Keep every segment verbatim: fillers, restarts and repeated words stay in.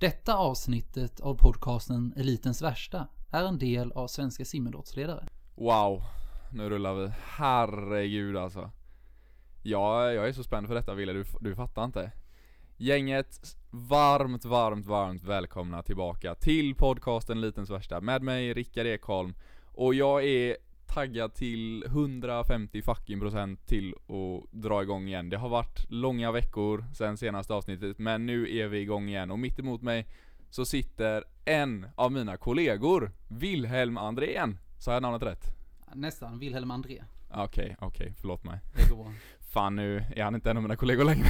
Detta avsnittet av podcasten Elitens värsta är en del av Svenska simidrottsledare. Wow, nu rullar vi. Herregud alltså. Ja, jag är så spänd för detta, Wille, du, du fattar inte. Gänget, varmt, varmt, varmt välkomna tillbaka till podcasten Elitens värsta med mig, Rickard Ekholm. Och jag är taggad till hundrafemtio fucking procent till att dra igång igen. Det har varit långa veckor sedan senaste avsnittet, men nu är vi igång igen. Och mitt emot mig så sitter en av mina kollegor, Wilhelm Andrén. Så har jag namnet rätt? Nästan, Wilhelm André. Okej, okay, okej, okay, förlåt mig. Det går bra. Fan, nu är han inte en av mina kollegor längre.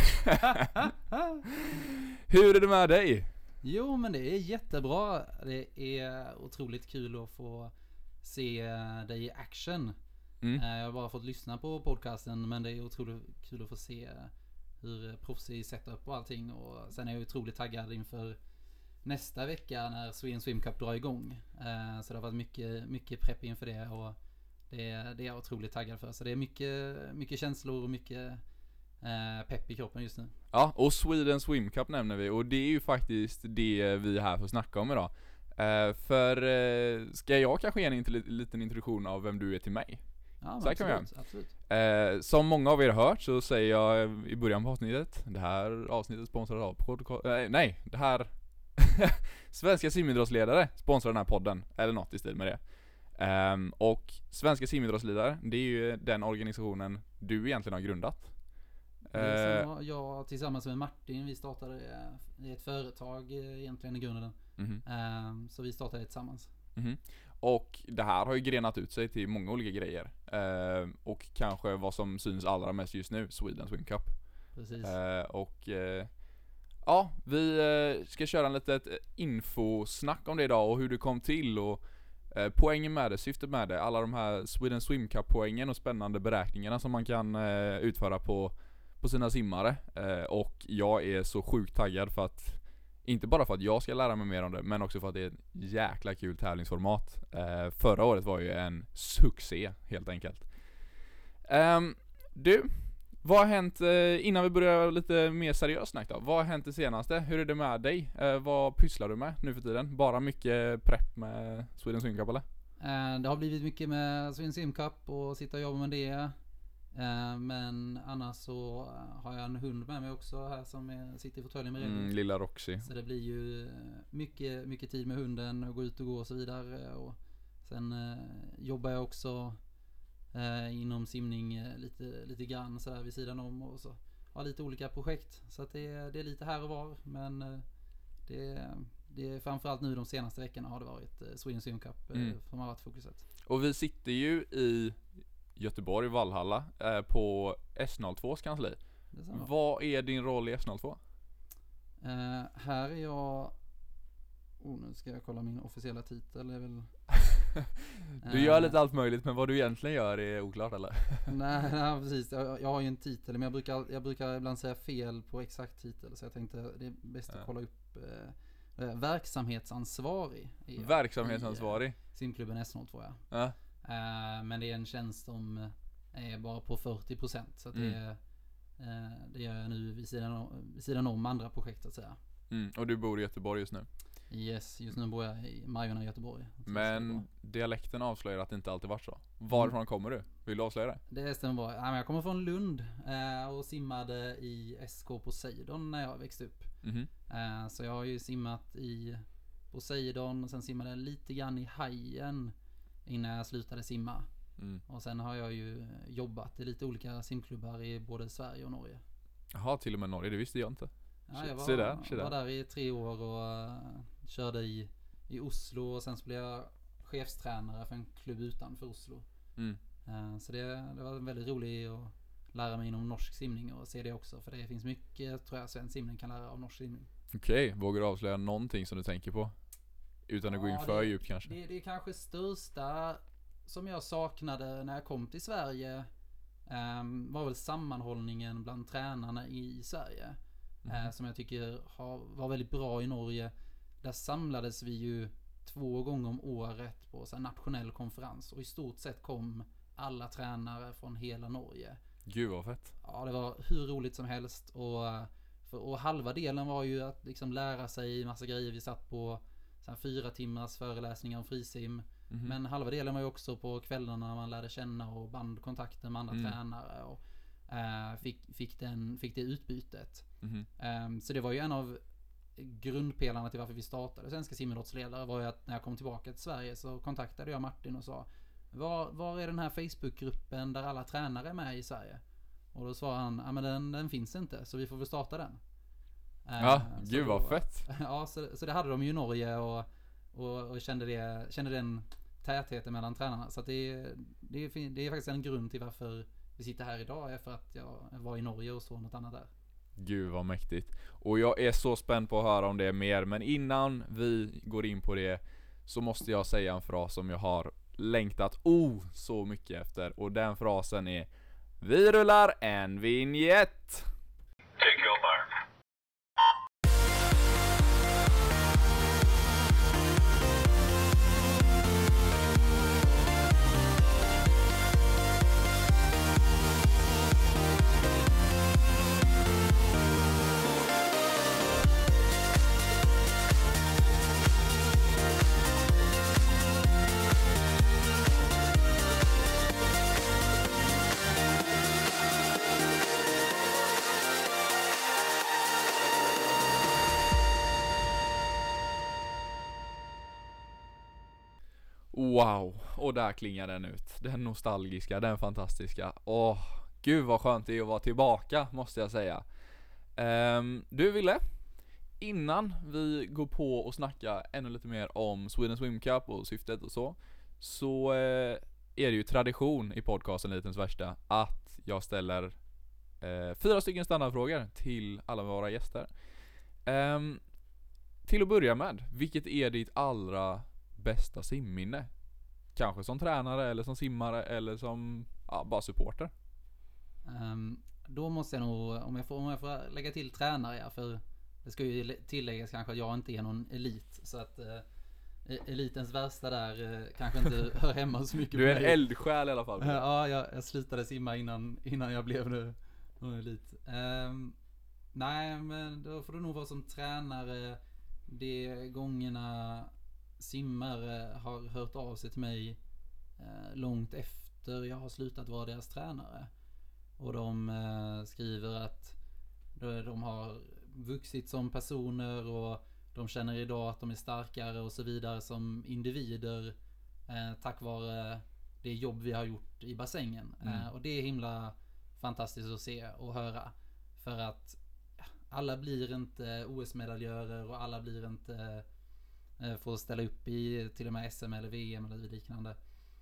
Hur är det med dig? Jo, men det är jättebra. Det är otroligt kul att få se dig i action. Mm. Jag har bara fått lyssna på podcasten, men det är otroligt kul att få se hur proffsig setup och allting. Och sen är jag otroligt taggad inför nästa vecka när Sweden Swim Cup drar igång. Så det har varit mycket, mycket prepp inför det, och det är, det är jag otroligt taggad för. Så det är mycket, mycket känslor och mycket eh, pepp i kroppen just nu. Ja, och Sweden Swim Cup nämner vi, och det är ju faktiskt det vi är här för att snacka om idag. Uh, för uh, ska jag kanske ge en int- liten introduktion av vem du är till mig? Ja, så absolut, absolut. Uh, som många av er har hört så säger jag i början på avsnittet, det här avsnittet sponsrar av podcast, uh, nej, det här Svenska simidrottsledare sponsrar den här podden, eller något i stil med det. Um, och Svenska simidrottsledare, det är ju den organisationen du egentligen har grundat. Uh, jag tillsammans med Martin, vi startade uh, ett företag uh, egentligen i grunden. Mm-hmm. Uh, så vi startade tillsammans. Mm-hmm. Och det här har ju grenat ut sig till många olika grejer. Uh, och kanske vad som syns allra mest just nu, Sweden Swim Cup. Precis. Uh, och uh, ja, vi uh, ska köra en litet infosnack om det idag och hur det kom till och uh, poängen med det, syftet med det, alla de här Sweden Swim Cup poängen och spännande beräkningarna som man kan uh, utföra på på sina simmare. Uh, och jag är så sjukt taggad för att inte bara för att jag ska lära mig mer om det, men också för att det är ett jäkla kul tävlingsformat. Uh, förra året var ju en succé helt enkelt. Um, du, vad har hänt uh, innan vi börjar lite mer seriöst snack då? Vad har hänt det senaste? Hur är det med dig? Uh, vad pysslar du med nu för tiden? Bara mycket prepp med Sweden Swim Cup eller? Uh, det har blivit mycket med Sweden Swim Cup och sitta och jobba med det. Uh, men annars så har jag en hund med mig också här som är, sitter i fåtöljen med mm, lilla Roxy. Så det blir ju mycket, mycket tid med hunden och gå ut och gå och så vidare. Och sen uh, jobbar jag också uh, inom simning uh, lite, lite grann så där vid sidan om, och så har lite olika projekt. Så att det, det är lite här och var, men uh, det, det är framförallt nu de senaste veckorna har det varit uh, Sweden Swim Cup uh, mm. som har varit fokuset. Och vi sitter ju i Göteborg, Valhalla, eh, på S noll tvås kansli. Vad är din roll i S noll två? Uh, här är jag... Oh, nu ska jag kolla min officiella titel. Är väl... du gör uh, lite allt möjligt, men vad du egentligen gör är oklart, eller? nej, nej, precis. Jag, jag har ju en titel, men jag brukar, jag brukar ibland säga fel på exakt titel. Så jag tänkte det är bäst att uh. kolla upp... Uh, verksamhetsansvarig. Verksamhetsansvarig? I, uh, simklubben S noll två, ja. Uh. Uh, men det är en tjänst som är bara på fyrtio procent, så att mm. det, uh, det gör jag nu vid sidan, om, vid sidan om andra projekt att säga. Mm. Och du bor i Göteborg just nu? Yes, just nu bor jag i Majorna i Göteborg. Men dialekten avslöjar att det inte alltid varit så. Varifrån mm. kommer du? Vill du avslöja det? Det stämmer bra. Ja, jag kommer från Lund uh, och simmade i S K Poseidon när jag växte upp. Mm. Uh, så jag har ju simmat i Poseidon och sen simmade lite grann i Hajen innan jag slutade simma. Mm. Och sen har jag ju jobbat i lite olika simklubbar i både Sverige och Norge. Jaha, till och med Norge, det visste jag inte. Ja, jag var, se där, se där. var där i tre år och uh, körde i, i Oslo, och sen så blev jag chefstränare för en klubb utanför Oslo. Mm. Uh, så det, det var väldigt roligt att lära mig inom norsk simning och se det också, för det finns mycket, tror jag, svensk simning kan lära av norsk simning. Okej, okay. Vågar du avslöja någonting som du tänker på? Utan att ja, gå in för det, djupt kanske. Det, det är kanske största som jag saknade när jag kom till Sverige um, var väl sammanhållningen bland tränarna i, i Sverige. Mm. Uh, som jag tycker har, var väldigt bra i Norge. Där samlades vi ju två gånger om året på så här nationell konferens, och i stort sett kom alla tränare från hela Norge. Gud vad fett. Ja, det var hur roligt som helst, och För, och halva delen var ju att liksom lära sig massa grejer. Vi satt på så här, fyra timmars föreläsningar om frisim. Mm-hmm. Men halva delen var ju också på kvällarna när man lärde känna och bandkontakter med andra mm. tränare. Och uh, fick, fick, den, fick det utbytet. Mm-hmm. Um, så det var ju en av grundpelarna till varför vi startade Svenska simidrottsledare, var ju att när jag kom tillbaka till Sverige så kontaktade jag Martin och sa var, var är den här Facebookgruppen där alla tränare är med i Sverige? Och då sa han, ja men den, den finns inte, så vi får väl starta den. Ja, uh, gud vad fett. Ja, så, så det hade de ju i Norge och, och, och kände, det, kände den tätheten mellan tränarna. Så att det, det, är, det är faktiskt en grund till varför vi sitter här idag, är för att jag var i Norge och såg något annat där. Gud vad mäktigt. Och jag är så spänd på att höra om det mer. Men innan vi går in på det så måste jag säga en fras som jag har längtat oh så mycket efter. Och den frasen är: vi rullar en vignett. Take your mark. Wow, och där klingar den ut. Den nostalgiska, den fantastiska. Åh, gud vad skönt det är att vara tillbaka, måste jag säga. um, Du Ville, innan vi går på och snacka ännu lite mer om Sweden Swim Cup och syftet och så, så eh, är det ju tradition i podcasten Elitens värsta att jag ställer eh, fyra stycken standardfrågor till alla våra gäster. um, Till att börja med, vilket är ditt allra bästa simminne? Kanske som tränare eller som simmare eller som ja, bara supporter. Um, då måste jag nog, om jag, får, om jag får lägga till tränare, ja, för det ska ju tilläggas kanske att jag inte är någon elit, så att uh, elitens värsta där uh, kanske inte hör hemma så mycket. Du är en eldsjäl i alla fall. Uh, ja, jag, jag slutade simma innan, innan jag blev nu, någon elit. Um, nej, men då får det nog vara som tränare de gångerna simmare har hört av sig till mig eh, långt efter jag har slutat vara deras tränare. Och de eh, skriver att de har vuxit som personer och de känner idag att de är starkare och så vidare som individer eh, tack vare det jobb vi har gjort i bassängen. Mm. Eh, och det är himla fantastiskt att se och höra. För att alla blir inte O S-medaljörer och alla blir inte får ställa upp i till och med S M eller V M eller liknande.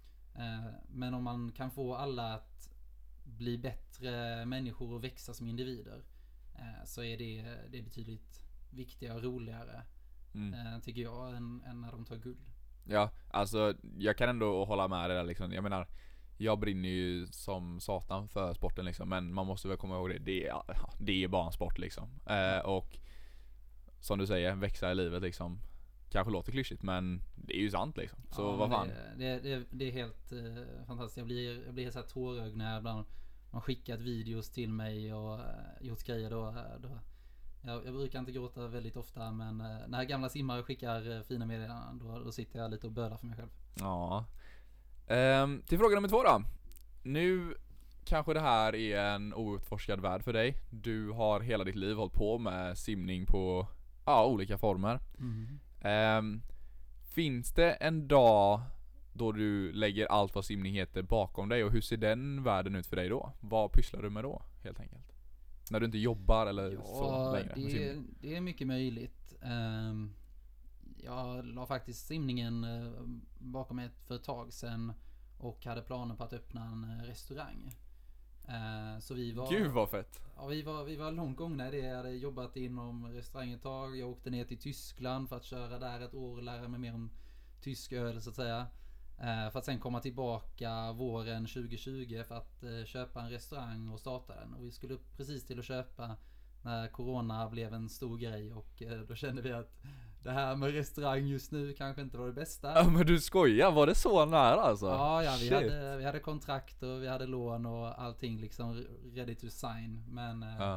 Men om man kan få alla att bli bättre människor och växa som individer, så är det, det är betydligt viktigare och roligare, mm. tycker jag, än, än när de tar guld. Ja, alltså jag kan ändå hålla med dig där liksom. Jag menar, jag brinner ju som satan för sporten liksom, men man måste väl komma ihåg det. Det är, det är bara en sport liksom. Eh, och som du säger, växa i livet liksom. Kanske låter klyschigt, men det är ju sant liksom. Så ja, vad fan. Det, det, det är helt uh, fantastiskt. Jag blir, jag blir så här tårögd när ibland man skickat videos till mig och uh, gjort grejer då. då. Jag, jag brukar inte gråta väldigt ofta, men uh, när gamla simmare skickar uh, fina meddelanden, då, då sitter jag lite och bölar för mig själv. Ja. Um, till fråga nummer två då. Nu kanske det här är en outforskad värld för dig. Du har hela ditt liv hållit på med simning på ja, olika former. Mm. Um, finns det en dag då du lägger allt vad simning heter bakom dig, och hur ser den världen ut för dig då? Vad pysslar du med då, helt enkelt? När du inte jobbar eller ja, så längre? Det är, det är mycket möjligt. Um, jag la faktiskt simningen uh, bakom mig för ett tag sedan och hade planer på att öppna en uh, restaurang. Uh, så vi var, Gud vad fett! Ja, vi var, vi var långt gångna i det. Jag hade jobbat inom restaurang ett tag. Jag åkte ner till Tyskland för att köra där ett år och lära mig mer om tysk öl så att säga. Uh, för att sen komma tillbaka våren tjugo tjugo för att uh, köpa en restaurang och starta den. Och vi skulle upp precis till att köpa när corona blev en stor grej, och uh, då kände vi att det här med restaurang just nu kanske inte var det bästa. Ja, men du skojar, var det så nära alltså? Ja, ja vi, hade, vi hade kontrakt och vi hade lån och allting liksom ready to sign. Men ja.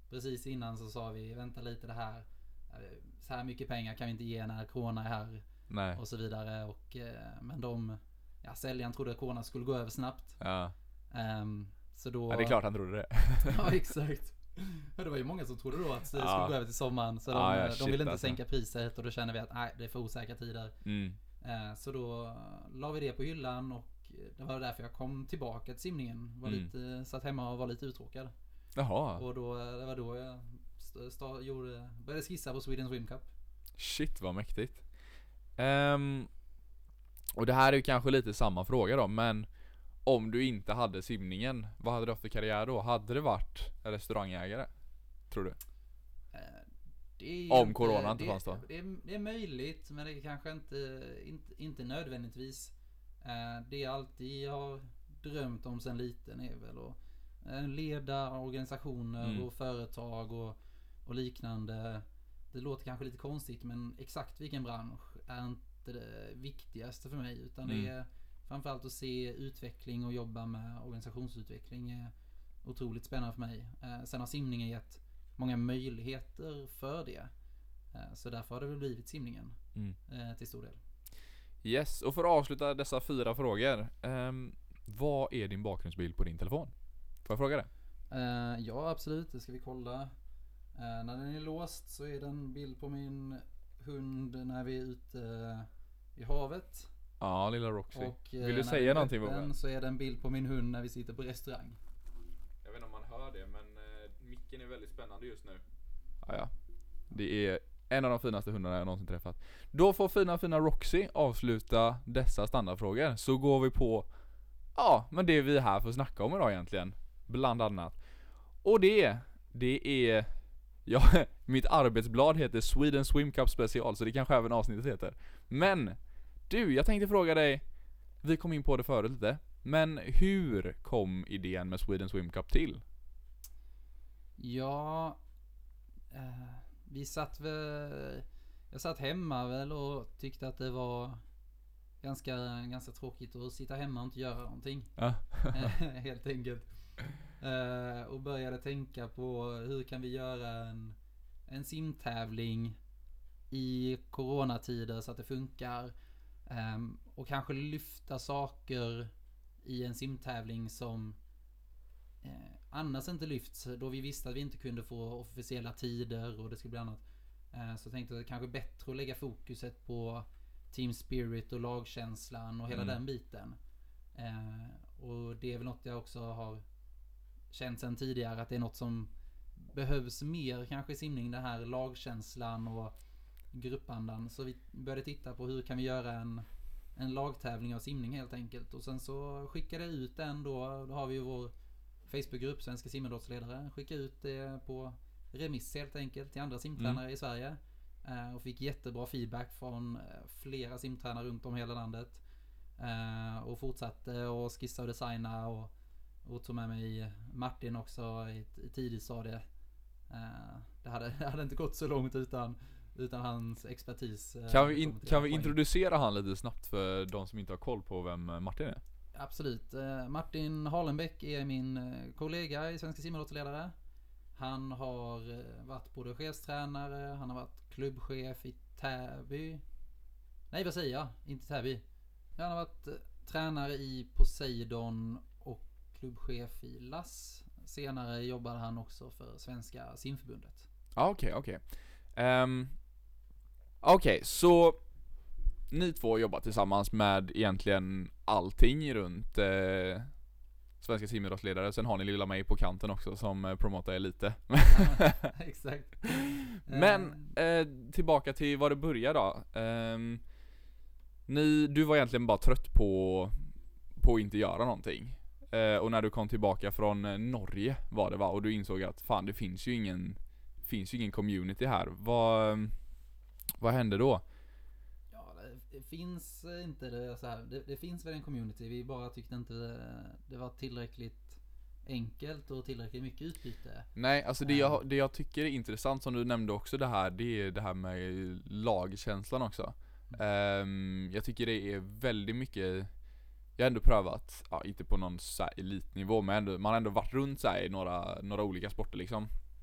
precis innan så sa vi vänta lite det här. Så här mycket pengar kan vi inte ge när corona är här. Nej. Och så vidare. Och, men de, ja, säljaren trodde att corona skulle gå över snabbt. Ja. Um, så då... Ja, det är klart han trodde det. Ja, exakt. Ja, det var ju många som trodde då att det ja. skulle gå över till sommaren. Så de, ja, ja, de shit, ville inte alltså. sänka priset. Och då kände vi att nej, det är för osäkra tider. Mm. Uh, så då la vi det på hyllan. Och det var därför jag kom tillbaka till simningen. Var mm. lite, satt hemma och var lite uttråkad. Jaha. Och då, det var då jag st- st- gjorde, började skissa på Sweden Swim Cup. Shit, vad mäktigt. Um, och det här är ju kanske lite samma fråga då, men om du inte hade simningen, vad hade du haft för karriär då? Hade det varit restaurangägare? Tror du? Det om inte, corona inte det, fanns då? Det är, det är möjligt, men det är kanske inte, inte, inte nödvändigtvis. Det är alltid jag har drömt om sen liten är väl att leda organisationer mm. och företag och, och liknande. Det låter kanske lite konstigt, men exakt vilken bransch är inte det viktigaste för mig, utan mm. det är framförallt att se utveckling och jobba med organisationsutveckling är otroligt spännande för mig. Eh, sen har simningen gett många möjligheter för det. Eh, så därför har det väl blivit simningen mm. eh, till stor del. Yes, och för att avsluta dessa fyra frågor. Eh, vad är din bakgrundsbild på din telefon? Får jag fråga det? Eh, ja, absolut. Det ska vi kolla. Eh, när den är låst så är det en bild på min hund när vi är ute eh, i havet. Ja, lilla Roxy. Och, vill du säga någonting på den? Så är det en bild på min hund när vi sitter på restaurang. Jag vet inte om man hör det, men uh, micken är väldigt spännande just nu. Ja, ja. Det är en av de finaste hundarna jag någonsin träffat. Då får fina fina Roxy avsluta dessa standardfrågor. Så går vi på ja, men det vi är här för att snacka om idag egentligen. Bland annat. Och det, det är ja, mitt arbetsblad heter Sweden Swim Cup Special, så det kanske även avsnittet heter. Men du, jag tänkte fråga dig, vi kom in på det förut lite, men hur kom idén med Sweden Swim Cup till? Ja, eh, vi satt väl, jag satt hemma väl och tyckte att det var ganska, ganska tråkigt att sitta hemma och inte göra någonting. Ja. Helt enkelt. Eh, och började tänka på hur kan vi göra en, en simtävling i coronatider så att det funkar. Um, och kanske lyfta saker i en simtävling som eh, annars inte lyfts, då vi visste att vi inte kunde få officiella tider och det skulle bli annat. Eh, så tänkte jag att det kanske är bättre att lägga fokuset på team spirit och lagkänslan och hela mm. den biten. Eh, och det är väl något jag också har känt sedan tidigare, att det är något som behövs mer kanske i simning, den här lagkänslan och gruppandan. Så vi började titta på hur kan vi göra en, en lagtävling av simning helt enkelt. Och sen så skickade jag ut den då. Då har vi ju vår Facebookgrupp, Svenska simidrottsledare. Skickade ut det på remiss helt enkelt till andra simtränare mm. i Sverige. Eh, och fick jättebra feedback från eh, flera simtränare runt om hela landet. Eh, och fortsatte och skissa och designa och, och tog med mig Martin också i ett tidigt stadie. Eh, det, hade, det hade inte gått så långt utan utan hans expertis. Kan vi, in, kan vi introducera han lite snabbt för de som inte har koll på vem Martin är? Absolut. Martin Halenbäck är min kollega i Svenska simidrottsledare. Han har varit både chefstränare, han har varit klubbchef i Täby. Nej, vad säger jag? Inte Täby. Han har varit tränare i Poseidon och klubbchef i L A S. Senare jobbade han också för Svenska simförbundet. Ah, okej, okay, okej. Okay. Um, okej, okay, så ni två jobbar tillsammans med egentligen allting runt eh, Svenska simidrottsledare. Sen har ni lilla mig på kanten också som eh, promotar er lite. Ja, exakt. Men eh, tillbaka till vad det började då. Um, ni, du var egentligen bara trött på, på att inte göra någonting. Uh, och när du kom tillbaka från uh, Norge var det va? Och du insåg att fan, det finns ju ingen finns ju ingen community här. Vad, vad hände då? Ja, det, det finns inte det så här. Det, det finns väl en community. Vi bara tyckte inte det, det var tillräckligt enkelt och tillräckligt mycket utbyte. Nej, alltså det jag, det jag tycker är intressant som du nämnde också det här, det är det här med lagkänslan också. Mm. Um, jag tycker det är väldigt mycket. Jag har ändå prövat, ja, inte på någon så här elitnivå, men ändå, man har ändå varit runt så här i några, några olika sporter liksom.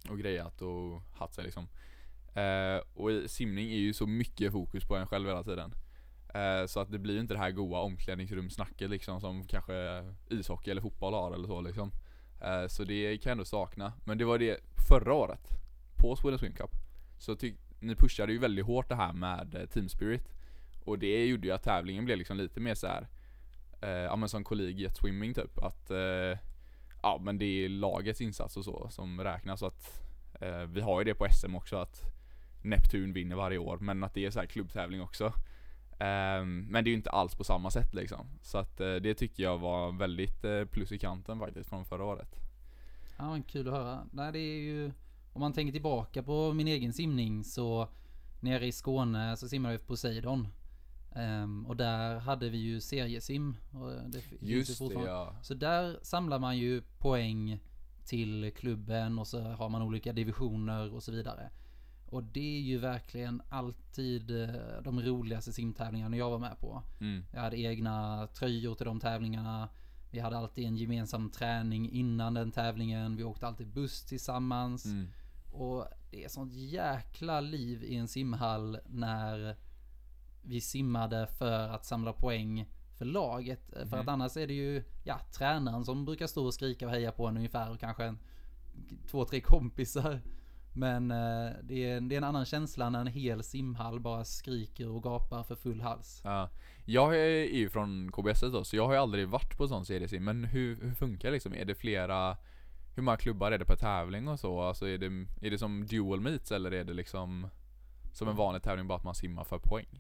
och grejat och haft sig liksom. Eh, och i simning är ju så mycket fokus på en själv hela tiden. Eh, så att det blir inte det här goa omklädningsrumsnacket liksom som kanske ishockey eller fotboll har eller så liksom. Eh, så det kan jag ändå sakna. Men det var det förra året på Sweden Swim Cup. Så ty- ni pushade ju väldigt hårt det här med eh, team spirit. Och det gjorde ju att tävlingen blev liksom lite mer så här, eh, ja men som collegiate swimming typ. Att eh, ja men det är lagets insats och så som räknas. Så att eh, vi har ju det på S M också att Neptun vinner varje år. Men att det är så här klubbtävling också. Eh, men det är ju inte alls på samma sätt liksom. Så att eh, det tycker jag var väldigt eh, plus i kanten faktiskt från förra året. Ja, men kul att höra. Nej, det är ju, om man tänker tillbaka på min egen simning så nere i Skåne så simmade vi på Poseidon. Um, och där hade vi ju seriesim. Och det Just det, ja. Så där samlar man ju poäng till klubben och så har man olika divisioner och så vidare. Och det är ju verkligen alltid de roligaste simtävlingarna jag var med på. Mm. Jag hade egna tröjor till de tävlingarna. Vi hade alltid en gemensam träning innan den tävlingen. Vi åkte alltid buss tillsammans. Mm. Och det är sånt jäkla liv i en simhall när vi simmade för att samla poäng för laget. Mm. För att annars är det ju ja, tränaren som brukar stå och skrika och heja på en ungefär och kanske en, två, tre kompisar. Men eh, det, är, det är en annan känsla när en hel simhall bara skriker och gapar för full hals. Ja. Jag är ju från K B S då, så jag har ju aldrig varit på sån seriesim. Men hur, hur funkar det liksom? Är det flera, hur många klubbar är det per tävling och så? Alltså är det, är det som dual meets eller är det liksom som en vanlig tävling bara att man simmar för poäng?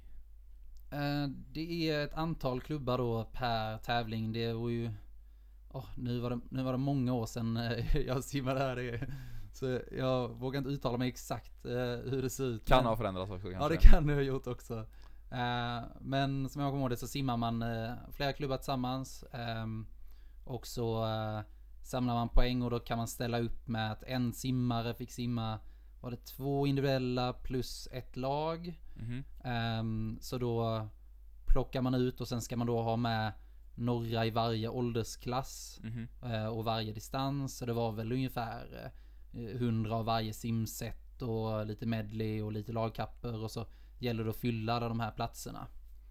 Eh, det är ett antal klubbar då per tävling. Det var ju oh, nu, var det, nu var det många år sedan jag simmade här. Det, så jag vågar inte uttala mig exakt eh, hur det ser ut. Kan men, ha förändrats också kanske. Ja, det kan det ha gjort också. Eh, men som jag kommer ihåg det så simmar man eh, flera klubbar tillsammans. Eh, och så eh, samlar man poäng och då kan man ställa upp med att en simmare fick simma, var det två individuella plus ett lag. Mm-hmm. Um, så då plockar man ut och sen ska man då ha med några i varje åldersklass. Mm-hmm. uh, och varje distans. Så det var väl ungefär uh, hundra av varje simset och lite medley och lite lagkapper och så gäller det att fylla de här platserna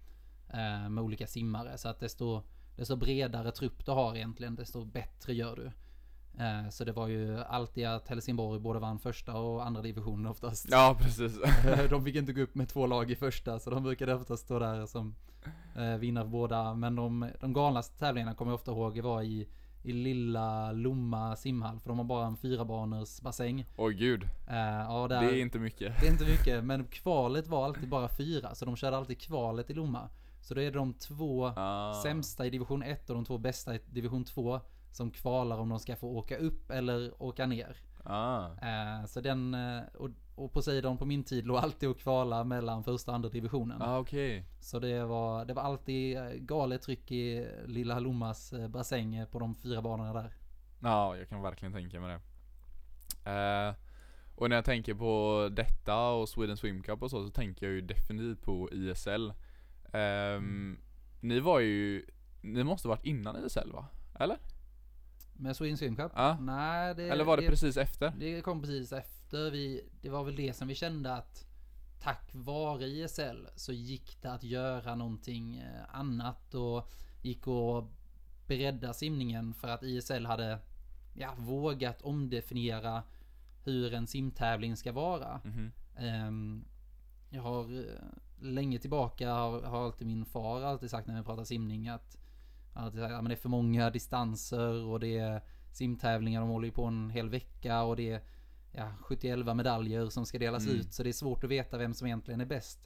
uh, med olika simmare. Så att desto, desto bredare trupp du har egentligen, desto bättre gör du. Eh, så det var ju alltid att Helsingborg både vann första och andra divisionen oftast. Ja, precis. De fick inte gå upp med två lag i första, så de brukade oftast stå där som eh, vinnare båda. Men de, de galnaste tävlingarna kommer jag ofta ihåg var i, i lilla Lomma simhall, för de har bara en fyrabaners bassäng. Oj gud. Eh, ja, där, det är inte mycket. Det är inte mycket, men kvalet var alltid bara fyra, så de körde alltid kvalet i Lomma. Så det är de två ah. sämsta i division ett och de två bästa i division två som kvalar om de ska få åka upp eller åka ner. Ah. Eh, så den, och, och Poseidon på min tid låg alltid att kvala mellan första och andra divisionen. Ah, okay. Så det var, det var alltid galet tryck i lilla Lommas bassäng på de fyra banorna där. Ja, jag kan verkligen tänka mig det. Eh, och när jag tänker på detta och Sweden Swim Cup och så, så tänker jag ju definitivt på I S L. Eh, mm. Ni var ju, ni måste varit innan I S L va? Eller? Med Sweden Swim Cup? Ja. Nej, det, eller var det, det precis efter? Det kom precis efter. Vi, det var väl det som vi kände att tack vare I S L så gick det att göra någonting annat och gick att bredda simningen för att I S L hade ja, vågat omdefiniera hur en simtävling ska vara. Mm-hmm. Um, jag har länge tillbaka har, har alltid min far alltid sagt när vi pratar simning att Att ja, men det är för många distanser och det är simtävlingar, de håller ju på en hel vecka och det är ja, sjuttioelva medaljer som ska delas mm. ut, så det är svårt att veta vem som egentligen är bäst.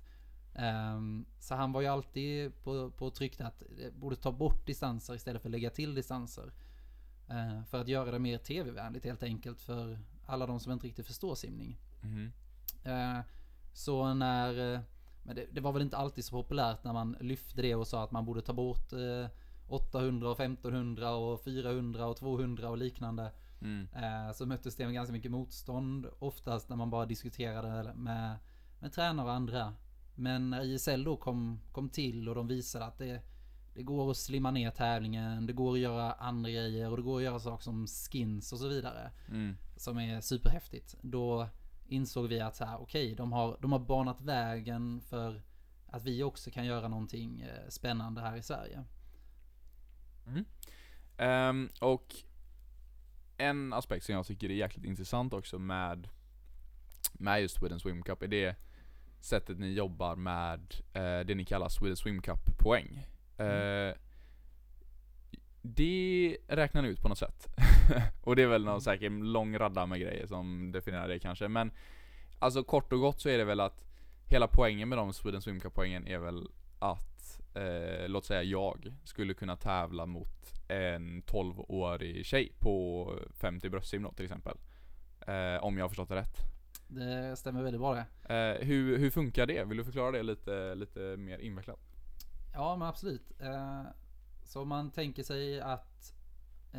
Um, så han var ju alltid på, på tryck att det borde ta bort distanser istället för att lägga till distanser. Uh, för att göra det mer tv-vänligt helt enkelt för alla de som inte riktigt förstår simning. Mm. Uh, så när, uh, men det, det var väl inte alltid så populärt när man lyfte det och sa att man borde ta bort uh, åttahundra och femtonhundra och fyrahundra och tvåhundra och liknande. Mm. Eh, så möttes det med ganska mycket motstånd. Oftast när man bara diskuterade med, med tränare och andra. Men när I S L då kom, kom till och de visade att det, det går att slimma ner tävlingen, det går att göra andra grejer och det går att göra saker som skins och så vidare. Mm. Som är superhäftigt. Då insåg vi att så här, okej, de har, de har banat vägen för att vi också kan göra någonting eh, spännande här i Sverige. Mm. Um, och en aspekt som jag tycker är jäkligt intressant också med med just Sweden Swim Cup är det sättet ni jobbar med eh, det ni kallar Sweden Swim Cup poäng. Mm. Eh, det räknar ni ut på något sätt. Och det är väl någon säkert lång radda med grejer som definierar det kanske. Men alltså kort och gott så är det väl att hela poängen med de Sweden Swim Cup poängen är väl att eh, låt säga jag skulle kunna tävla mot en tolv-årig tjej på femtio bröstsim då, till exempel. Eh, om jag har förstått det rätt. Det stämmer väldigt bra det. Eh, hur, hur funkar det? Vill du förklara det lite, lite mer invecklat? Ja, men absolut. Eh, så man tänker sig att eh,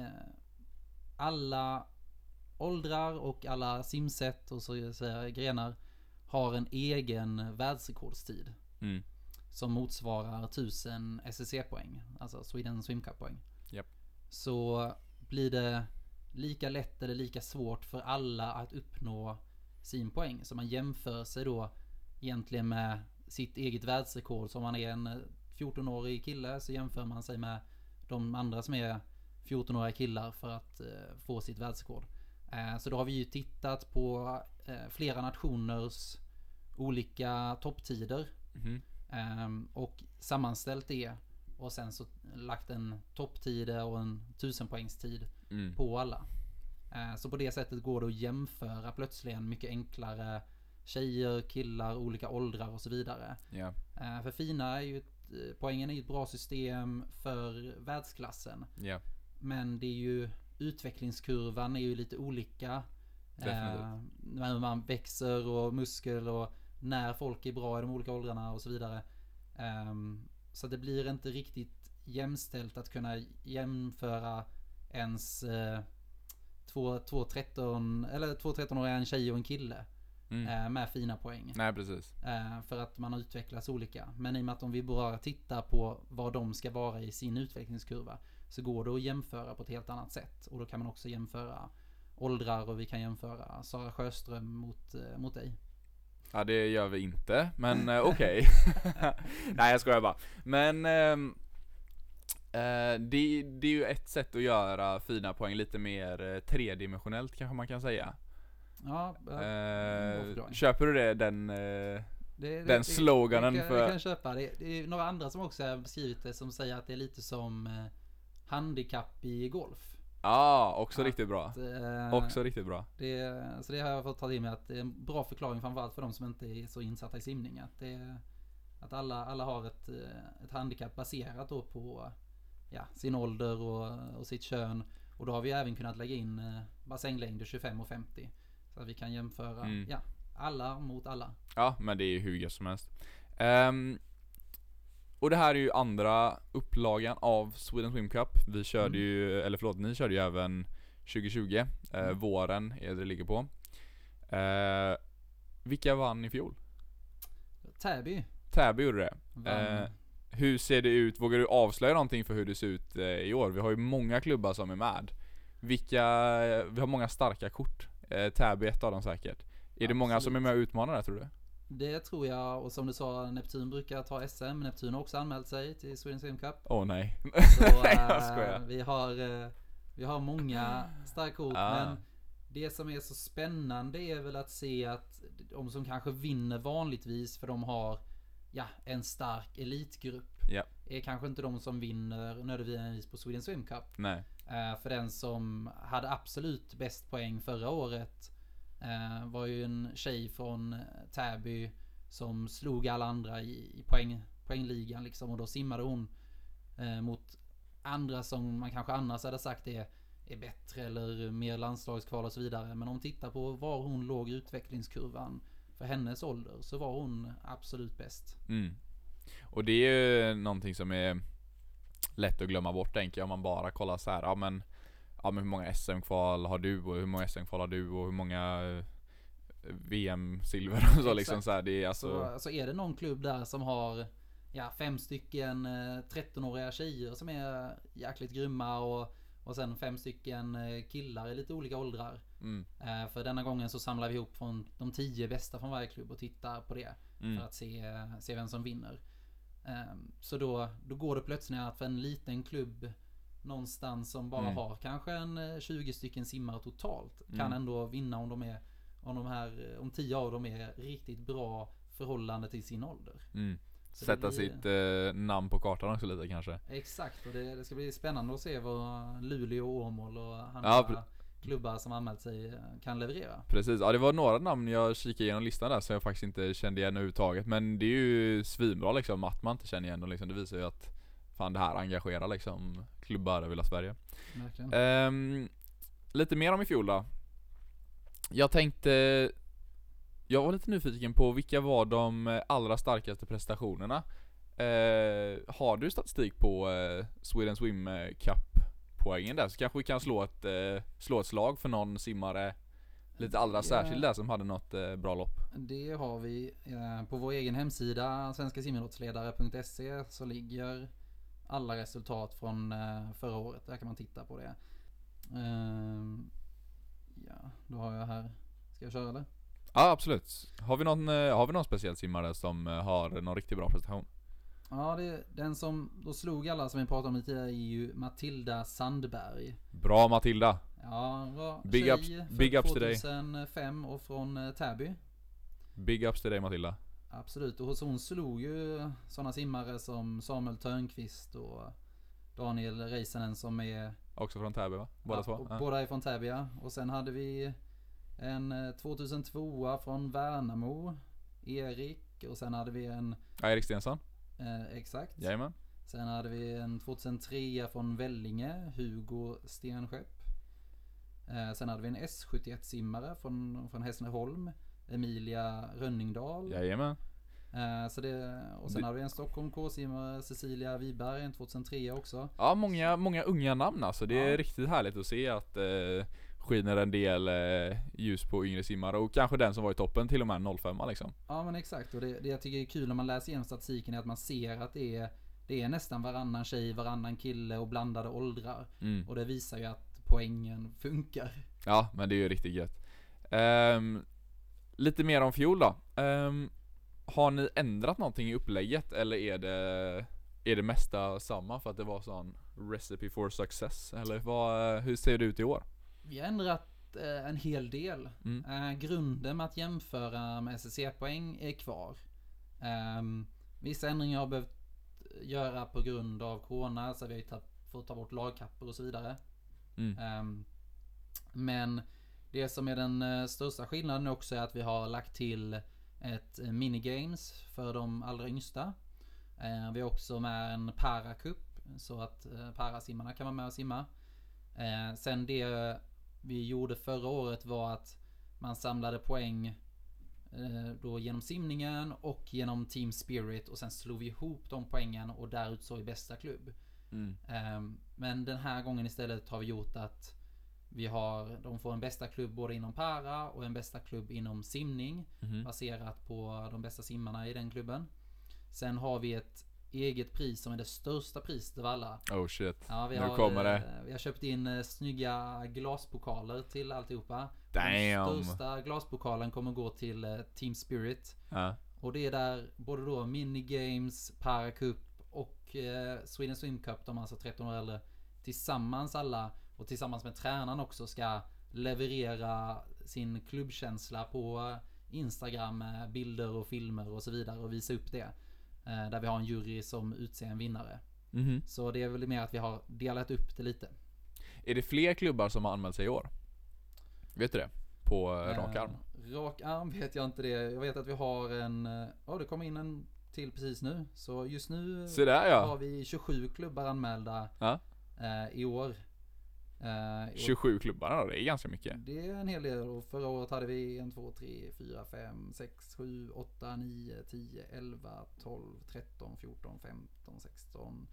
alla åldrar och alla simsätt och så säga, grenar har en egen världsrekordstid. Mm. Som motsvarar tusen S C C-poäng. Alltså Sweden Swim Cup-poäng. Yep. Så blir det lika lätt eller lika svårt för alla att uppnå sin poäng. Så man jämför sig då egentligen med sitt eget världsrekord. Så om man är en fjorton-årig kille så jämför man sig med de andra som är fjorton-åriga killar för att eh, få sitt världsrekord. Eh, så då har vi ju tittat på eh, flera nationers olika topptider. Mm-hmm. eh, och sammanställt det och sen så lagt en topptid och en tusenpoängstid mm. på alla. Eh, så på det sättet går det att jämföra plötsligt mycket enklare tjejer, killar, olika åldrar och så vidare. Yeah. Eh, för FINA är ju ett, poängen är ju ett bra system för världsklassen. Yeah. Men det är ju utvecklingskurvan är ju lite olika. Eh, när man växer och muskel och när folk är bra i de olika åldrarna och så vidare. Eh, så det blir inte riktigt jämställt att kunna jämföra ens eh, två, två tretton eller två tretton-åriga en tjej och en kille. Mm. Eh, med fina poäng. Nej, precis. Eh, för att man utvecklas olika. Men i och med att om vi bara tittar på vad de ska vara i sin utvecklingskurva så går det att jämföra på ett helt annat sätt. Och då kan man också jämföra åldrar och vi kan jämföra Sara Sjöström mot, eh, mot dig. Ja, det gör vi inte. Men eh, okej. Nej, jag skojar bara. Men eh, eh, det, det är ju ett sätt att göra fina poäng lite mer eh, tredimensionellt kanske man kan säga. Ja, eh, köper du det, den, eh, det, det, den sloganen? Det, det, för... det kan jag köpa. Det, det är några andra som också har beskrivit det som säger att det är lite som eh, handikapp i golf. Ja, ah, också att, riktigt bra. Eh, också riktigt bra. Det, så det har jag fått ta till mig att det är en bra förklaring framförallt för de som inte är så insatta i simning. Att, det, att alla, alla har ett, ett handikapp baserat då på ja, sin ålder och, och sitt kön. Och då har vi även kunnat lägga in eh, bassänglängder tjugofem och femtio. Så att vi kan jämföra mm. ja, alla mot alla. Ja, men det är ju hur gött som helst. Um, och det här är ju andra upplagan av Sweden Swim Cup. Vi körde mm. ju, eller förlåt, ni körde ju även tjugo tjugo. Mm. Uh, våren är det ligger på. Uh, vilka vann i fjol? Täby. Täby gjorde det. Uh, hur ser det ut? Vågar du avslöja någonting för hur det ser ut uh, i år? Vi har ju många klubbar som är med. Vilka, vi har många starka kort. Uh, Täby är ett av dem säkert. Är Absolut. Det många som är med och utmanar där, tror du? Det tror jag, och som du sa, Neptun brukar ta S M. Neptun har också anmält sig till Sweden Swim Cup. Åh oh, nej. Så äh, jag skojar. Vi har, äh, vi har många starka kort, ah. men det som är så spännande är väl att se att de som kanske vinner vanligtvis, för de har ja, en stark elitgrupp, yeah. är kanske inte de som vinner nödvändigtvis på Sweden Swim Cup. Nej. Äh, för den som hade absolut bäst poäng förra året Uh, var ju en tjej från Täby som slog alla andra i, i poäng, poängligan liksom, och då simmade hon uh, mot andra som man kanske annars hade sagt är, är bättre eller mer landslagskval och så vidare. Men om man tittar på var hon låg i utvecklingskurvan för hennes ålder så var hon absolut bäst. Mm. Och det är ju någonting som är lätt att glömma bort, tänker jag, om man bara kollar så här, ja men Ja, men hur många S M-kval har du och hur många S M-kval har du och hur många V M-silver och så liksom så här, det är alltså... så, så är det någon klubb där som har ja, fem stycken eh, tretton-åriga tjejer som är jäkligt grymma och, och sen fem stycken eh, killar i lite olika åldrar. Mm. Eh, för denna gången så samlar vi ihop från de tio bästa från varje klubb och tittar på det Mm. för att se, se vem som vinner. Eh, så då, då går det plötsligt att för en liten klubb någonstans som bara Mm. har kanske en tjugo stycken simmare totalt kan Mm. ändå vinna om de är om de här om tio av dem är riktigt bra förhållande till sin ålder. Mm. Så Sätta det blir- sitt eh, namn på kartan också lite kanske. Exakt, och det, det ska bli spännande att se vad Luleå, Åmål och andra Ja, pre- klubbar som anmält sig kan leverera. Precis, ja det var några namn jag kikade igenom listan där som jag faktiskt inte kände igen överhuvudtaget. Men det är ju svinbra liksom att man inte känner igen dem liksom. Det visar ju att fan det här engagerar liksom klubbar över hela Sverige. Verkligen. Ehm, lite mer om i fjol då. Jag tänkte Jag var lite nyfiken på vilka var de allra starkaste prestationerna. Eh, har du statistik på eh, Sweden Swim Cup poängen där, så kanske vi kan slå ett, eh, slå ett slag för någon simmare lite allra Ja. särskilt där som hade något eh, bra lopp. Det har vi eh, på vår egen hemsida svenska simidrottsledare punkt se så ligger alla resultat från eh, förra året. Där kan man titta på det. Ehm, ja, då har jag här. Ska jag köra det? Ja absolut. Har vi någon, eh, har vi någon speciell simmare som eh, har någon riktigt bra prestation? Ja, det, den som då slog alla som vi pratade om lite är ju Matilda Sandberg. Bra Matilda. Ja, bra Big tjej, ups- född big ups till dig. tjugohundrafem och från eh, Täby. Big ups till dig Matilda. Absolut, och hos hon slog ju sådana simmare som Samuel Törnqvist och Daniel Reisenen som är Också från Täby va? Båda ja, två? och Ja. båda är från Täby, ja. Och sen hade vi en eh, tvåtusentvå från Värnamo, Erik, och sen hade vi en Ja, Erik Stensson. eh, exakt. Jajamän. Sen hade vi en tvåtusentre från Vellinge, Hugo Stenskepp. Eh, sen hade vi en S sjuttioett simmare från, från Hässleholm, Emilia Rönningdal. Jajamän. Eh, så det, och sen Det- hade vi en Stockholm K-simmare, Cecilia Wiberg, en tvåtusentre också. Ja, många, många unga namn alltså. Det är Ja. riktigt härligt att se att eh, skiner en del eh, ljus på yngre simmare. Och kanske den som var i toppen till och med noll fem liksom. Ja men exakt, och det, det jag tycker är kul när man läser igenom statistiken är att man ser att det är, det är nästan varannan tjej, varannan kille och blandade åldrar. Mm. Och det visar ju att poängen funkar. Ja, men det är ju riktigt gött. Ehm, lite mer om fjol då. Ehm, har ni ändrat någonting i upplägget eller är det, är det mesta samma för att det var sån recipe for success? Eller vad, hur ser det ut i år? Vi har ändrat eh, en hel del. Mm. Eh, grunden med att jämföra med S C C-poäng är kvar. Um, vissa ändringar har behövt göra på grund av corona, så vi har ju ta, fått ta bort lagkapper och så vidare. Mm. Um, men det som är den uh, största skillnaden också är att vi har lagt till ett uh, minigames för de allra yngsta. Uh, vi har också med en para-cup så att uh, parasimmarna kan vara med och simma. Uh, sen det vi gjorde förra året var att man samlade poäng uh, då genom simningen och genom Team Spirit, och sen slog vi ihop de poängen och där utsåg vi bästa klubb. Mm. Um, men den här gången istället har vi gjort att vi har, de får en bästa klubb både inom para och en bästa klubb inom simning, Mhm. baserat på de bästa simmarna i den klubben. Sen har vi ett eget pris som är det största priset av alla. Oh shit. Ja, vi Nu har, kommer det. eh, vi har köpt in eh, snygga glaspokaler till alltihopa. Damn. Den största glaspokalen kommer gå till eh, Team Spirit. Ja. Och det är där både då minigames, paracup och eh, Sweden Swim Cup, de är alltså tretton år äldre, tillsammans alla och tillsammans med tränaren också ska leverera sin klubbkänsla på Instagram med bilder och filmer och så vidare och visa upp det. Eh, där vi har en jury som utser en vinnare. Mhm. Så det är väl mer att vi har delat upp det lite. Är det fler klubbar som har anmält sig i år? Vet du det? På eh, rak arm? Eh, rak arm vet jag inte det. Jag vet att vi har en... Ja, oh, det kom in en till precis nu. Så just nu Så där ja. har vi tjugosju klubbar anmälda Ja. eh, i år. Eh, i år. tjugosju klubbar då, det är ganska mycket. Det är en hel del. Och förra året hade vi en, två, tre, fyra, fem, sex, sju, åtta, nio, tio, elva, tolv, tretton, fjorton, femton, sexton.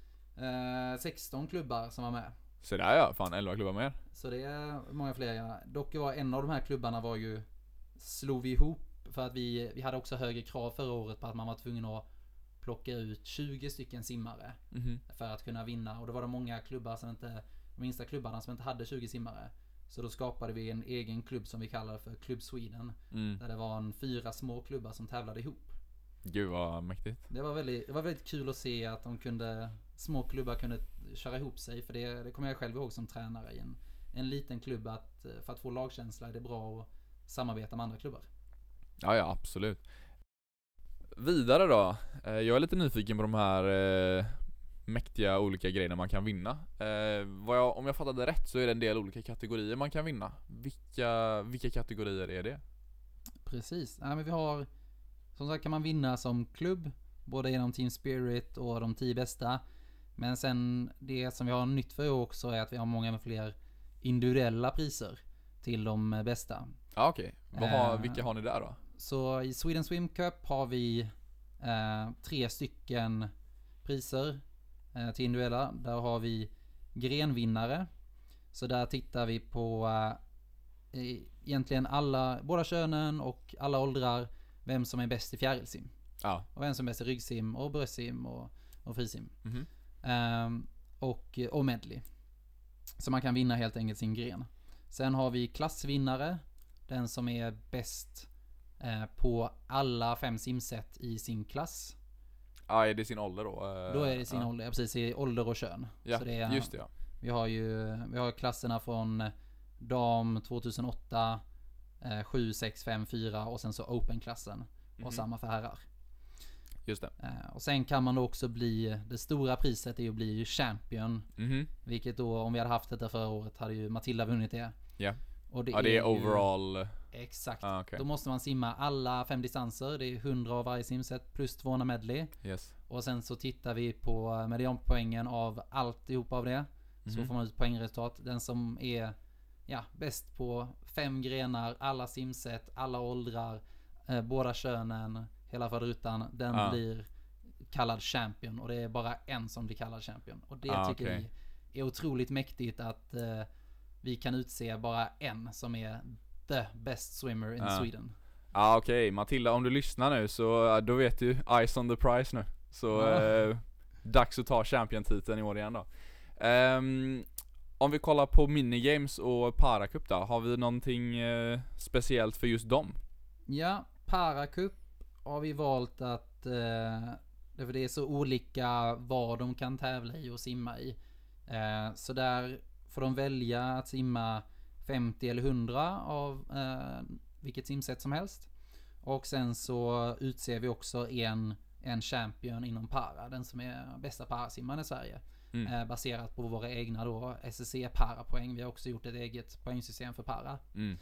Eh, sexton klubbar som var med. Så där ja, fan elva klubbar mer. Så det är många fler. Ja. Dock var en av de här klubbarna var ju slog vi ihop för att vi, vi hade också högre krav förra året på att man var tvungen att plocka ut tjugo stycken simmare Mhm. för att kunna vinna. Och det var det många klubbar som inte, de minsta klubbarna som inte hade tjugo simmare. Så då skapade vi en egen klubb som vi kallar för Club Sweden. Mm. Där det var en fyra små klubbar som tävlade ihop. Gud vad mäktigt. Det var väldigt, det var väldigt kul att se att de kunde, små klubbar kunde köra ihop sig. För det, det kommer jag själv ihåg som tränare i en, en liten klubb. Att, för att få lagkänsla är det bra att samarbeta med andra klubbar. Ja, ja, absolut. Vidare då. Eh, Jag är lite nyfiken på de här eh, mäktiga olika grejerna man kan vinna. Eh, vad jag, om jag fattade rätt så är det en del olika kategorier man kan vinna. Vilka, vilka kategorier är det? Precis. Ja, men vi har, som sagt kan man vinna som klubb. Både genom Team Spirit och de tio bästa. Men sen det som vi har nytt för också är att vi har många fler individuella priser till de bästa. Ja, okej. Vad har, Eh, vilka har ni där då? Så i Sweden Swim Cup har vi eh, tre stycken priser eh, till individuella. Där har vi grenvinnare. Så där tittar vi på eh, egentligen alla, båda könen och alla åldrar, vem som är bäst i fjärilsim. Ja. Och vem som är bäst i ryggsim och bröstsim och, och frisim. Mhm. Ehm, och, och medley. Så man kan vinna helt enkelt sin gren. Sen har vi klassvinnare. Den som är bäst eh, på alla fem simset i sin klass. Ja, är det sin ålder då? Eh, Då är det sin ja. ålder, precis, i ålder och kön. Ja, Så det är, just det ja. Vi har ju vi har klasserna från dam tjugohundraåtta, eh, sju, sex, fem, fyra och sen så open-klassen. Mhm. Och samma för herrar. Just det. Eh, och sen kan man då också bli, det stora priset är ju att bli champion. Mhm. Vilket då, om vi hade haft det förra året, hade ju Matilda vunnit det. Ja. Och det Ja, det är ju- overall. Exakt. Ah, okej. Då måste man simma alla fem distanser. Det är hundra av varje simset plus tvåhundra medley. Yes. Och sen så tittar vi på medianpoängen av alltihop av det. Så Mhm. får man ut poängresultat. Den som är ja, bäst på fem grenar, alla simset, alla åldrar, eh, båda könen, hela faderutan, den Ah. blir kallad champion. Och det är bara en som blir kallad champion. Och det Ah, tycker okej. vi är otroligt mäktigt att eh, vi kan utse bara en som är the best swimmer in Ah. Sweden. Ja, ah, okej. Matilda, om du lyssnar nu så uh, då vet du, eyes on the prize nu. Så Ja. eh, dags att ta champion-titeln i år igen då. Ehm, om vi kollar på minigames och paracup då, har vi någonting eh, speciellt för just dem? Ja, Paracup har vi valt att eh, för det är så olika vad de kan tävla i och simma i. Eh, så där får de välja att simma femtio eller hundra av eh, vilket simsätt som helst. Och sen så utser vi också en, en champion inom para, den som är bästa parasimmaren i Sverige. Mm. Eh, baserat på våra egna då S S C para-poäng. Vi har också gjort ett eget poängsystem för para. Mm.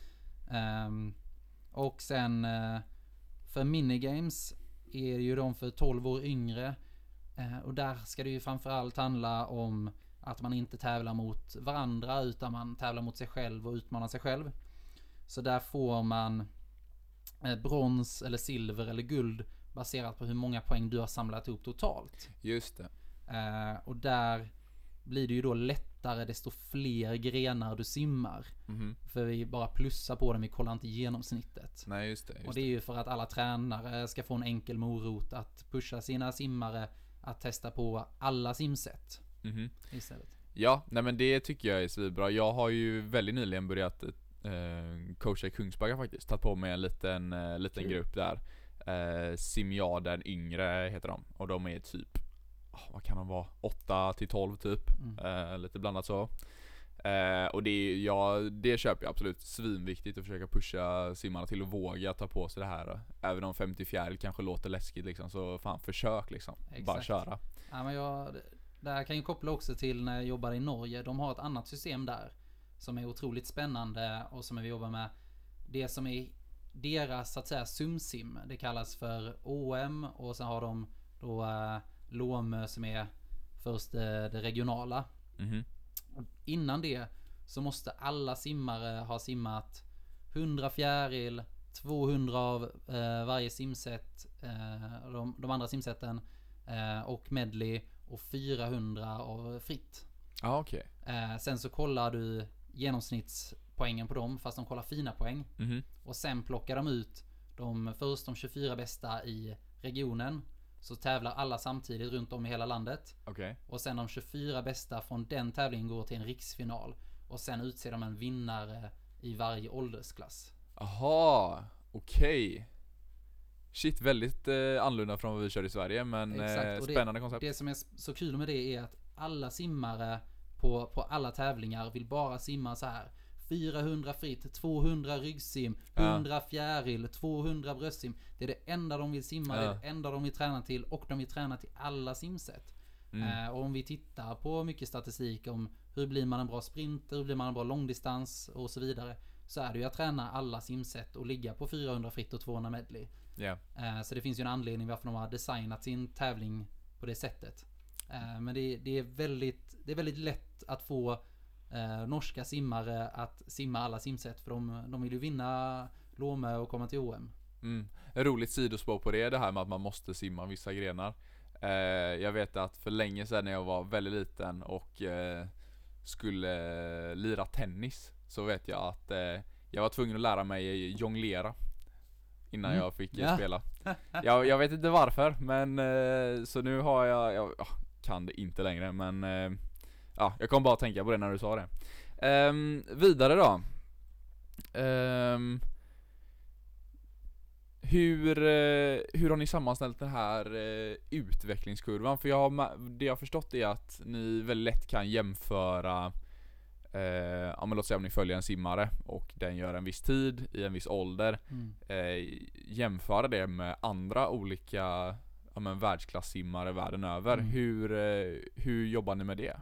Um, och sen uh, för minigames är det ju de för tolv år yngre. Uh, och där ska det ju framförallt handla om att man inte tävlar mot varandra utan man tävlar mot sig själv och utmanar sig själv. Så där får man uh, brons eller silver eller guld baserat på hur många poäng du har samlat ihop totalt. Just det. Uh, och där blir det ju då lättare desto fler grenar du simmar. Mhm. För vi bara plussar på dem, vi kollar inte genomsnittet. Nej, just det. Just Och det är ju för att alla tränare ska få en enkel morot att pusha sina simmare att testa på alla simsätt det. Mhm. istället. Ja, nej men det tycker jag är svinbra. Jag har ju väldigt nyligen börjat eh, coacha i Kungsbacka faktiskt. Tagit på mig en liten, eh, liten Kul. grupp där. Eh, Simjaden yngre heter de. Och de är typ, oh, vad kan de vara? åtta till tolv typ. Mm. Eh, lite blandat så. Eh, och det, är- ja, det köper jag absolut. Svinviktigt att försöka pusha simmarna till att våga ta på sig det här. Även om femtio fjäril kanske låter läskigt liksom. Så fan, försök liksom. Bara Exakt. köra. Ja, men jag, det här kan ju koppla också till när jag jobbar i Norge. De har ett annat system där som är otroligt spännande och som vi jobbar med. Det som är deras så att säga sumsim. Det kallas för O M och sen har de då äh, Lomö som är först äh, det regionala. Mhm. Innan det så måste alla simmare ha simmat hundra fjäril, tvåhundra av eh, varje simset, eh, de, de andra simsätten eh, och medley och fyrahundra av fritt. Ja, okej. Eh, sen så kollar du genomsnittspoängen på dem, fast de kollar fina poäng. Mhm. Och sen plockar de ut de först de tjugofyra bästa i regionen. så tävlar alla samtidigt runt om i hela landet. Okay. Och sen de tjugofyra bästa från den tävlingen går till en riksfinal. Och sen utser de en vinnare i varje åldersklass. Aha, okej. Okay. Shit, väldigt eh, annorlunda från vad vi kör i Sverige, men eh, spännande det, koncept. Det som är så kul med det är att alla simmare på, på alla tävlingar vill bara simma så här. fyrahundra fritt, tvåhundra ryggsim, hundra ja. fjäril, tvåhundra bröstsim. Det är det enda de vill simma, ja. det är det enda de vill träna till, och de vill träna till alla simsätt. Mm. Eh, och om vi tittar på mycket statistik om hur blir man en bra sprinter, hur blir man en bra långdistans och så vidare, så är det ju att träna alla simsätt och ligga på fyrahundra fritt och tvåhundra medley. Yeah. Eh, så det finns ju en anledning varför de har designat sin tävling på det sättet. Eh, men det, det, är väldigt, det är väldigt lätt att få eh, norska simmare att simma alla simsätt, för de, de vill ju vinna Lomö och komma till O M. Mm. En roligt sidospår på det, det här med att man måste simma vissa grenar. Eh, jag vet att för länge sedan när jag var väldigt liten och eh, skulle lira tennis, så vet jag att eh, jag var tvungen att lära mig jonglera innan mm. jag fick yeah. spela. jag, jag vet inte varför, men eh, så nu har jag, jag oh, kan det inte längre, men eh, ja, jag kom bara att tänka på det när du sa det. Um, vidare då. Um, hur, uh, hur har ni sammanställt den här uh, utvecklingskurvan? För jag har, det jag har förstått är att ni väldigt lätt kan jämföra, uh, ja, men låt säga om ni följer en simmare och den gör en viss tid i en viss ålder, mm. uh, jämföra det med andra olika, ja, men världsklasssimmare världen över. Mm. Hur, uh, hur jobbar ni med det?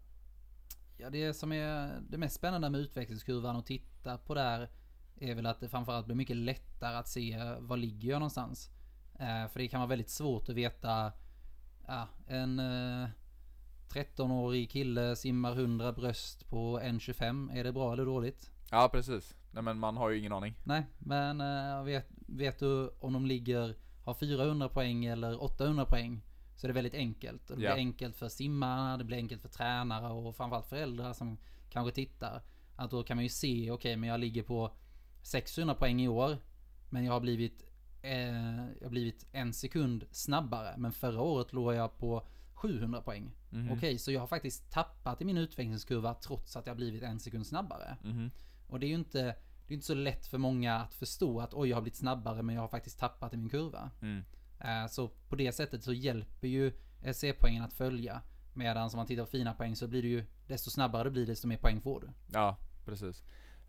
Ja, det som är det mest spännande med utvecklingskurvan att titta på där är väl att det framförallt blir mycket lättare att se var ligger jag någonstans. Eh, för det kan vara väldigt svårt att veta, ja, en eh, tretton-årig kille simmar hundra bröst på en tjugofem. Är det bra eller dåligt? Ja, precis. Nej, men man har ju ingen aning. Nej, men eh, vet, vet du om de ligger, har fyrahundra poäng eller åttahundra poäng? Så det är väldigt enkelt. Det blir yeah. enkelt för simmarna, det blir enkelt för tränare och framförallt föräldrar som kanske tittar. Att då kan man ju se, okej, okay, men jag ligger på sexhundra poäng i år, men jag har blivit eh, jag har blivit en sekund snabbare. Men förra året låg jag på sjuhundra poäng. Mm-hmm. Okej, okay, så jag har faktiskt tappat i min utvecklingskurva trots att jag har blivit en sekund snabbare. Mm-hmm. Och det är ju inte, det är inte så lätt för många att förstå att oj, jag har blivit snabbare men jag har faktiskt tappat i min kurva. Mm. Så på det sättet så hjälper ju S C-poängen att följa. Medan som man tittar på fina poäng så blir det ju, desto snabbare det blir, desto mer poäng får du. Ja, precis.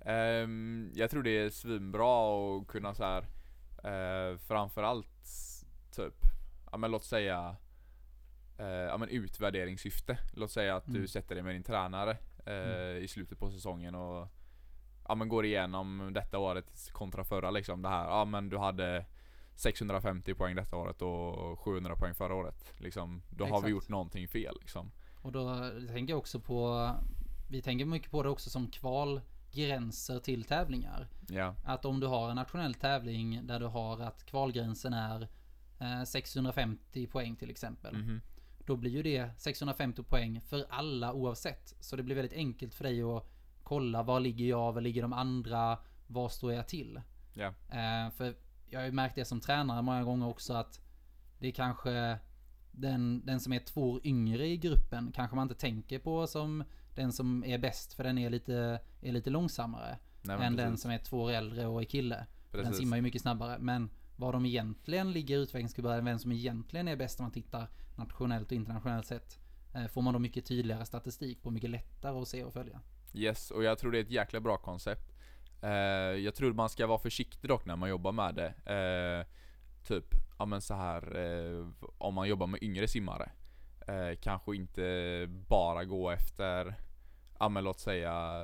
Um, jag tror det är svinbra att kunna så här, uh, framförallt typ, ja men låt säga uh, ja men utvärderingssyfte. Låt säga att mm. du sätter dig med din tränare uh, mm. i slutet på säsongen och ja men går igenom detta året kontra förra liksom, det här, ja men du hade sexhundrafemtio poäng detta året och sjuhundra poäng förra året. Liksom, då Exakt. Har vi gjort någonting fel. Liksom. Och då tänker jag också på, vi tänker mycket på det också som kvalgränser till tävlingar. Ja. Att om du har en nationell tävling där du har att kvalgränsen är eh, sexhundrafemtio poäng till exempel. Mm-hmm. Då blir ju det sexhundrafemtio poäng för alla oavsett. Så det blir väldigt enkelt för dig att kolla var ligger jag, var ligger de andra, var står jag till. Ja. Eh, för jag har ju märkt det som tränare många gånger också att det är kanske den, den som är två år yngre i gruppen kanske man inte tänker på som den som är bäst, för den är lite, är lite långsammare. Nej, än precis. Den som är två år äldre och är kille. Precis. Den simmar ju mycket snabbare. Men vad de egentligen ligger i utvecklingskurvan, vem som egentligen är bäst om man tittar nationellt och internationellt sett, får man då mycket tydligare statistik på, mycket lättare att se och följa. Yes, och jag tror det är ett jäkla bra koncept. Uh, jag tror man ska vara försiktig dock när man jobbar med det. Uh, typ, ja men så här, uh, om man jobbar med yngre simmare, uh, kanske inte bara gå efter, ja men låt säga,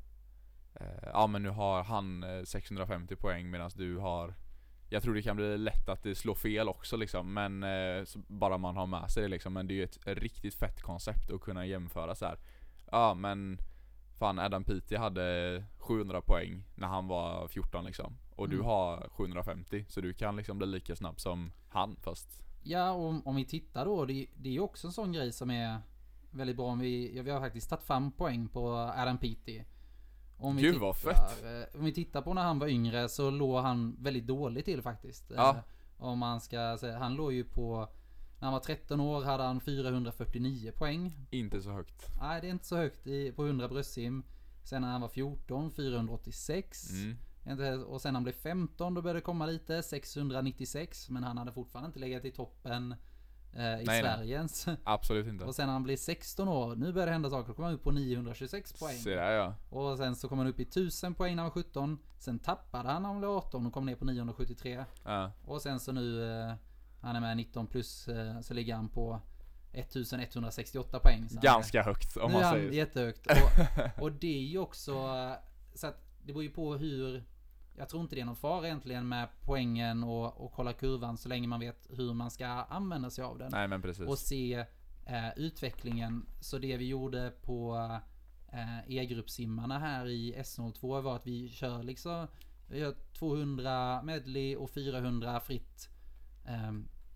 uh, ja men nu har han sexhundrafemtio poäng medan du har, jag tror det kan bli lätt att det slår fel också liksom, men uh, så bara man har med sig det liksom, men det är ju ett riktigt fett koncept att kunna jämföra så här. Ja men fan, Adam Peaty hade sjuhundra poäng när han var fjorton liksom. Och mm. du har sjuhundrafemtio. Så du kan liksom bli lika snabb som han fast. Ja, och om, om vi tittar då. Det, det är ju också en sån grej som är väldigt bra. Om vi, ja, vi har faktiskt tagit fem poäng på Adam Peaty. Om vi Gud tittar, vad fett. Om vi tittar på när han var yngre så låg han väldigt dåligt till faktiskt. Ja. Om man ska säga, han låg ju på När han var tretton år hade han fyrahundrafyrtionio poäng. Inte så högt. Nej, det är inte så högt i, på hundra bröstsim. Sen när han var fjorton, fyrahundraåttiosex. Mm. Och sen när han blev femton, då började det komma lite, sexhundranittiosex. Men han hade fortfarande inte legat i toppen eh, i nej, Sverige ens. Absolut inte. Och sen när han blev sexton år, nu började det hända saker. Då kom han upp på niohundratjugosex poäng. Så där, ja. Och sen så kom han upp i tusen poäng när han var sjutton. Sen tappade han när han blev arton och kom ner på niohundrasjuttiotre. Ja. Och sen så nu, eh, han är med nitton plus, eh, så ligger han på ettusenetthundrasextioåtta poäng. Ganska högt om man säger. Nu är han jättehögt. Och, och det är ju också, så att det beror ju på hur, jag tror inte det är någon fara egentligen med poängen och, och kolla kurvan så länge man vet hur man ska använda sig av den. Nej, men precis. Och se eh, utvecklingen. Så det vi gjorde på eh, E-gruppsimmarna här i S noll två var att vi kör liksom, vi gör tvåhundra medley och fyrahundra fritt eh,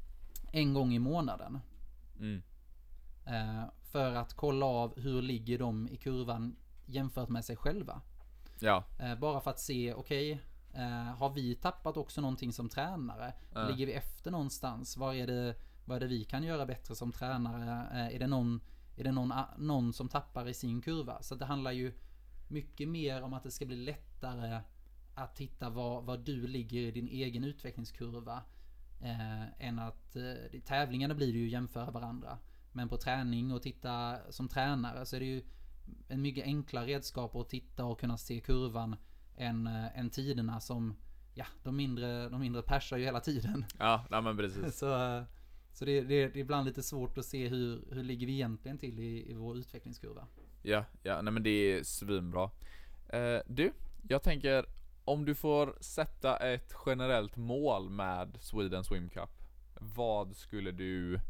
en gång i månaden. Mm. Eh, för att kolla av hur ligger de i kurvan jämfört med sig själva. Ja. Eh, bara för att se, okej, okay, eh, har vi tappat också någonting som tränare? Äh. Ligger vi efter någonstans? Vad är det, vad är det vi kan göra bättre som tränare? Eh, är det, någon, är det någon, någon som tappar i sin kurva? Så det handlar ju mycket mer om att det ska bli lättare att titta var, var du ligger i din egen utvecklingskurva. Eh, än att eh, tävlingarna blir det ju jämföra varandra. Men på träning och titta som tränare så är det ju en mycket enklare redskap att titta och kunna se kurvan än, än tiderna som, ja, de mindre, de mindre persar ju hela tiden. Ja, nej men precis. så så det, det, det är ibland lite svårt att se hur, hur ligger vi egentligen till i, i vår utvecklingskurva. Ja, ja, nej men det är svinbra. Eh, du, jag tänker om du får sätta ett generellt mål med Sweden Swim Cup, vad skulle du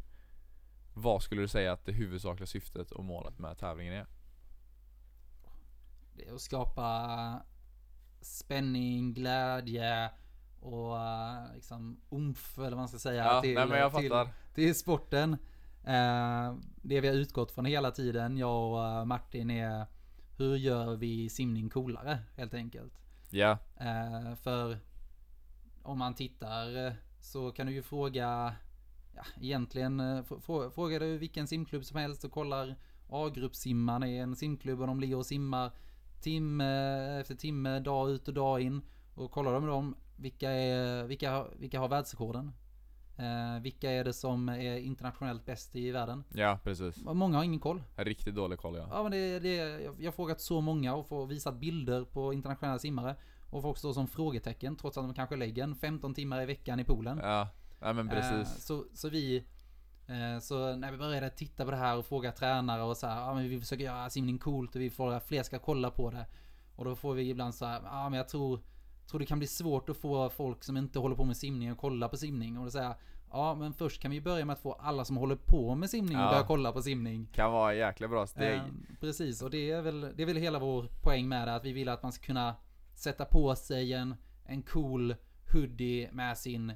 vad skulle du säga att det huvudsakliga syftet och målet med tävlingen är? Det är att skapa spänning, glädje och liksom umf, eller vad man ska säga, ja, till, nej, men jag till, till sporten. Eh, det vi har utgått från hela tiden, jag och Martin, är hur gör vi simning coolare, helt enkelt. Ja. Eh, för om man tittar så kan du ju fråga, ja, egentligen frå, frågar du vilken simklubb som helst och kollar A-gruppsimmarna i en simklubb och de ligger och simmar timme efter timme, dag ut och dag in, och kollar de med dem, vilka är vilka vilka har världsrekorden, eh, vilka är det som är internationellt bäst i världen. Ja, precis. Många har ingen koll. Riktigt dålig koll, ja. Ja, men det, det jag, jag har frågat så många och får visat bilder på internationella simmare och folk står som frågetecken trots att de kanske lägger en femton timmar i veckan i poolen. Ja, ja men precis. Eh, så så vi Så när vi började titta på det här och fråga tränare och så här, ja men vi försöker göra simning coolt och vi får att fler ska kolla på det. Och då får vi ibland så här, ja men jag tror, tror det kan bli svårt att få folk som inte håller på med simning och kolla på simning. Och då säger jag, ja men först kan vi börja med att få alla som håller på med simning och ja. börja kolla på simning. Kan vara en jäkla bra steg. Eh, precis, och det är väl det är väl hela vår poäng med det, att vi vill att man ska kunna sätta på sig en, en cool hoodie med sin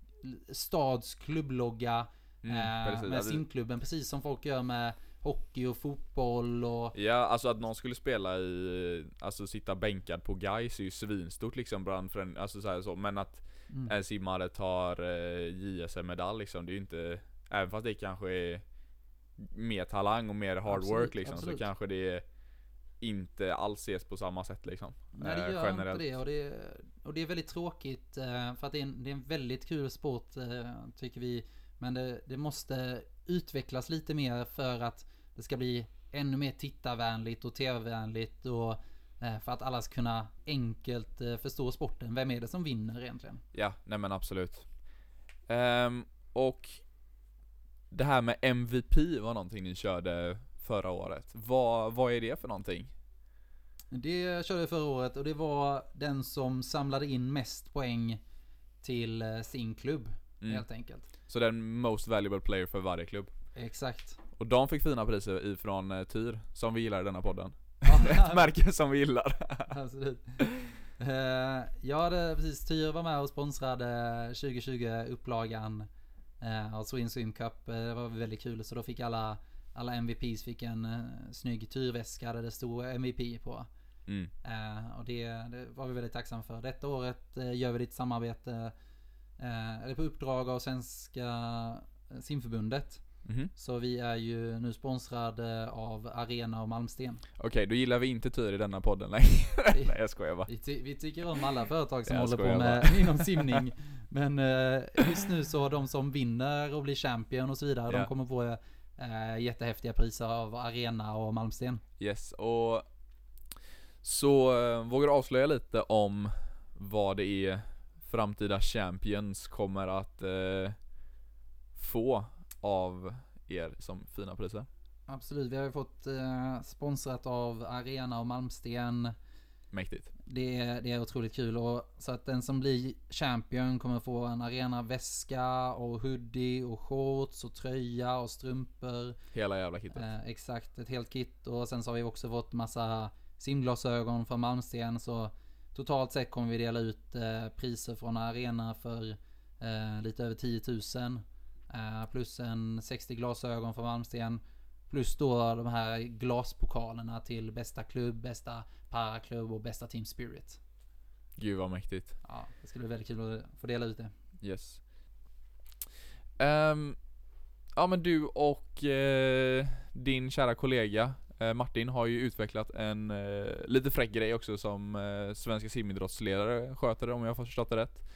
stads klubblogga. Mm, eh, med simklubben, precis som folk gör med hockey och fotboll och... Ja, alltså att någon skulle spela i, alltså sitta bänkad på guys är ju svinstort liksom, bland för en, alltså så här så, men att mm. en simmare tar eh, J S M-medalj liksom, det är ju inte, även fast det kanske är mer talang och mer hard absolut, work liksom, absolut. Så kanske det inte alls ses på samma sätt liksom. Nej, det gör eh, inte det, och det, och det är väldigt tråkigt eh, för att det är, en, det är en väldigt kul sport eh, tycker vi. Men det, det måste utvecklas lite mer för att det ska bli ännu mer tittarvänligt och tv-vänligt och eh, för att alla ska kunna enkelt eh, förstå sporten. Vem är det som vinner egentligen? Ja, nej men absolut. Um, och det här med M V P var någonting ni körde förra året. Vad, vad är det för någonting? Det körde jag förra året och det var den som samlade in mest poäng till eh, sin klubb, mm. helt enkelt. Så den most valuable player för varje klubb. Exakt. Och de fick fina priser ifrån uh, Tyr, som vi gillar i denna podden. Ett märke som vi gillar. Absolut. uh, jag hade precis, Tyr var med och sponsrade tjugo tjugo upplagan uh, av Sweden Swim Cup. Uh, det var väldigt kul, så då fick alla alla M V Ps fick en uh, snygg Tyrväska där det stod M V P på. Mm. Uh, och det, det var vi väldigt tacksamma för. Detta året uh, gör vi ett samarbete, uh, eller på uppdrag av Svenska simförbundet. Mm-hmm. Så vi är ju nu sponsrade av Arena och Malmsten. Okej, okay, då gillar vi inte Tyr i denna podden längre. Nej, jag skojar bara. Vi, ty- vi tycker om alla företag som jag håller på med inom simning. Men uh, just nu så de som vinner och blir champion och så vidare, yeah. de kommer få uh, jättehäftiga priser av Arena och Malmsten. Yes, och så uh, vågar du avslöja lite om vad det är framtida champions kommer att uh, få av er som fina priser? Absolut, vi har ju fått uh, sponsrat av Arena och Malmsten. Mäktigt. Det är, det är otroligt kul, och så att den som blir champion kommer få en Arena-väska och hoodie och shorts och tröja och strumpor. Hela jävla kittet. Eh, exakt, ett helt kit. Och sen så har vi också fått massa simglasögon från Malmsten. Så totalt sett kommer vi dela ut eh, priser från Arena för eh, lite över tio tusen. Eh, plus en sextio glasögon från Malmsten. Plus då de här glaspokalerna till bästa klubb, bästa paraklubb och bästa team spirit. Gud vad mäktigt. Ja, det skulle bli väldigt kul att få dela ut det. Yes. Um, ja men du och uh, din kära kollega uh, Martin har ju utvecklat en uh, lite fräck grej också som uh, svenska simidrottsledare sköter, om jag har förstått det rätt.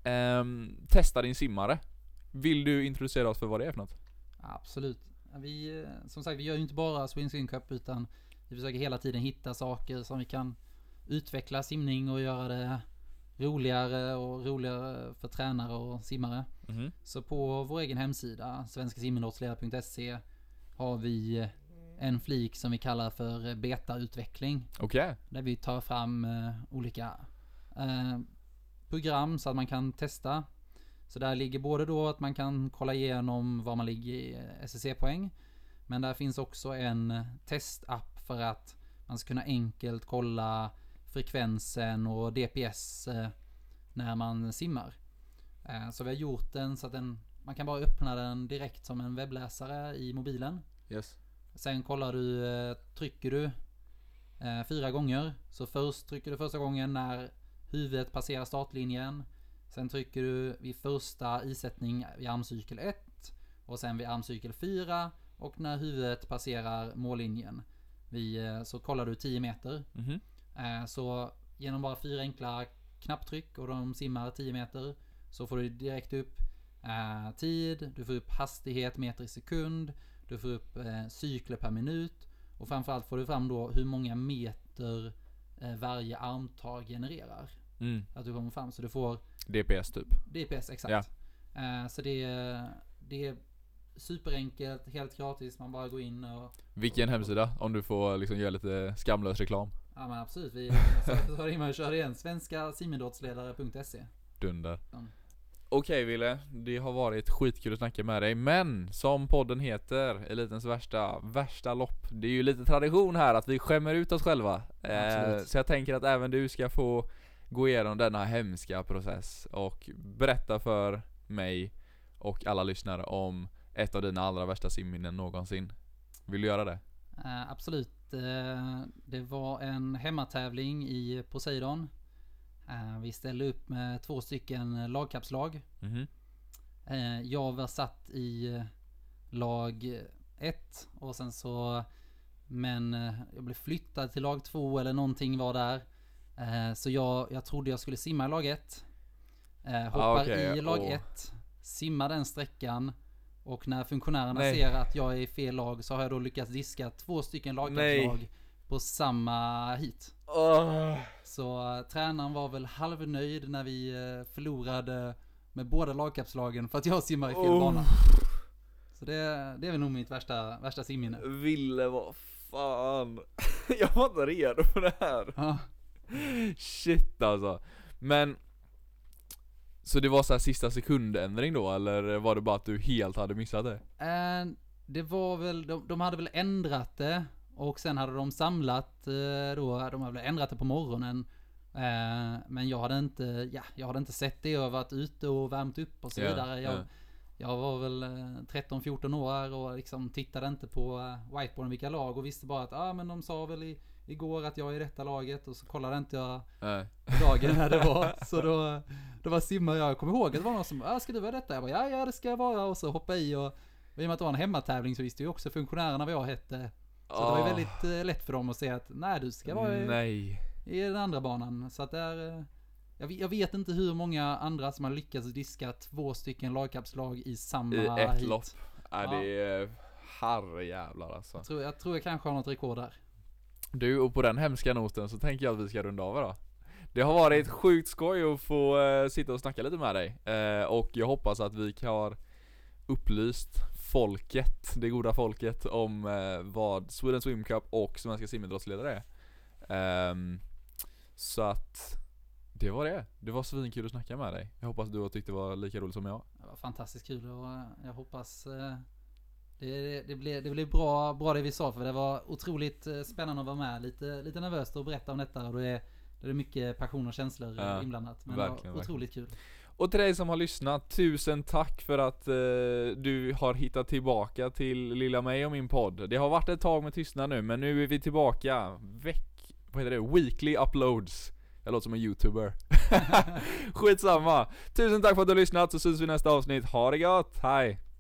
Um, testa din simmare. Vill du introducera oss för vad det är för något? Absolut. Vi, som sagt, vi gör ju inte bara Swim Swim Cup, utan vi försöker hela tiden hitta saker som vi kan utveckla simning och göra det roligare och roligare för tränare och simmare. Mm-hmm. Så på vår egen hemsida svenska simidrottsledare punkt se har vi en flik som vi kallar för beta-utveckling. Okay. Där vi tar fram uh, olika uh, program så att man kan testa. Så där ligger både då att man kan kolla igenom var man ligger i S S C-poäng. Men där finns också en testapp för att man ska kunna enkelt kolla frekvensen och D P S eh, när man simmar. Eh, så vi har gjort den så att den, man kan bara öppna den direkt som en webbläsare i mobilen. Yes. Sen kollar du, eh, trycker du eh, fyra gånger. Så först trycker du första gången när huvudet passerar startlinjen. Sen trycker du vid första isättning vid armcykel ett. Och sen vid armcykel fyra. Och när huvudet passerar mållinjen vid, så kollar du tio meter. Mm-hmm. Eh, så genom bara fyra enkla knapptryck och de simmar tio meter, så får du direkt upp eh, tid, du får upp hastighet meter i sekund, du får upp eh, cykler per minut, och framförallt får du fram då hur många meter eh, varje armtag genererar. Mm. Att du kommer fram, så du får D P S typ. D P S, exakt. Ja. Eh, så det, det är superenkelt, helt gratis, man bara går in och... Vilken och, hemsida? Om du får liksom göra lite skamlös reklam. Ja men absolut, vi så, så man kör igen, svenska simidrottsledare punkt se. Dunder. Mm. Okej Ville, det har varit skitkul att snacka med dig, men som podden heter, Elitens värsta, värsta lopp, det är ju lite tradition här att vi skämmer ut oss själva. Eh, så jag tänker att även du ska få gå igenom denna hemska process och berätta för mig och alla lyssnare om ett av dina allra värsta simminnen någonsin. Vill du göra det? Uh, absolut. Uh, det var en hemmatävling i Poseidon. Uh, vi ställde upp med två stycken lagkapslag. Mm-hmm. Uh, jag var satt i lag ett och sen så, men uh, jag blev flyttad till lag två eller någonting var där. Uh, så jag, jag trodde jag skulle simma i lag ett. Uh, hoppar ah, okay. i lag oh. ett, simmar den sträckan. Och när funktionärerna Nej. ser att jag är i fel lag, så har jag då lyckats diska två stycken lagkapslag på samma hit. Oh. Så uh, tränaren var väl halvnöjd när vi uh, förlorade med båda lagkapslagen för att jag simmar i fel oh. bana. Så det, det är väl nog mitt värsta, värsta simminne. Ville, vad fan. Jag var inte redo för det här. Ah. Shit alltså. Men så det var så här sista sekundändring då, eller var det bara att du helt hade missat det? Uh, det var väl, de, de hade väl ändrat det, och sen hade de samlat uh, då, de hade väl ändrat det på morgonen. Uh, men jag hade inte, ja, jag hade inte sett det, jag har varit ute och värmt upp och så yeah, vidare. Jag, yeah. jag var väl uh, tretton fjorton år och liksom tittade inte på uh, whiteboarden vilka lag, och visste bara att ah, men de sa väl i, igår att jag är i detta laget och så kollade inte jag Nej. dagen när det var. Så då, då var simmar jag, jag kommer ihåg att det var någon som, ah, ska du vara detta? Jag bara, ja, ja det ska jag vara. Och så hoppa i och, och i och med att det var en hemmatävling så visste ju också funktionärerna vad jag hette. Så oh. det var ju väldigt eh, lätt för dem att säga att nej, du ska vara i, nej. i den andra banan. Så att det är, eh, jag, jag vet inte hur många andra som har lyckats diska två stycken lagkapslag i samma I ett hit. lopp. Ja, det är herrejävlar alltså. Jag tror, jag tror jag kanske har något rekord där. Du, och på den hemska noten så tänker jag att vi ska runda av då. Det har varit sjukt skoj att få uh, sitta och snacka lite med dig. Uh, och jag hoppas att vi har upplyst folket, det goda folket, om uh, vad Sweden Swim Cup och Svenska simidrottsledare är. Um, så att det var det. Det var svinkul att snacka med dig. Jag hoppas du har tyckt det var lika roligt som jag. Det var fantastiskt kul och jag hoppas uh, det, det, blev, det blev bra, bra det vi sa, för det var otroligt spännande att vara med. Lite, lite nervöst att berätta om detta och det är, det är mycket passion och känslor ja, inblandat. Men det var otroligt kul. Och till dig som har lyssnat, tusen tack för att eh, du har hittat tillbaka till lilla mig och min podd. Det har varit ett tag med tystnad nu, men nu är vi tillbaka. Veck, vad heter det? Weekly uploads. Jag låter som en YouTuber. Skitsamma. Tusen tack för att du har lyssnat, så syns vi nästa avsnitt. Ha det gott, hej!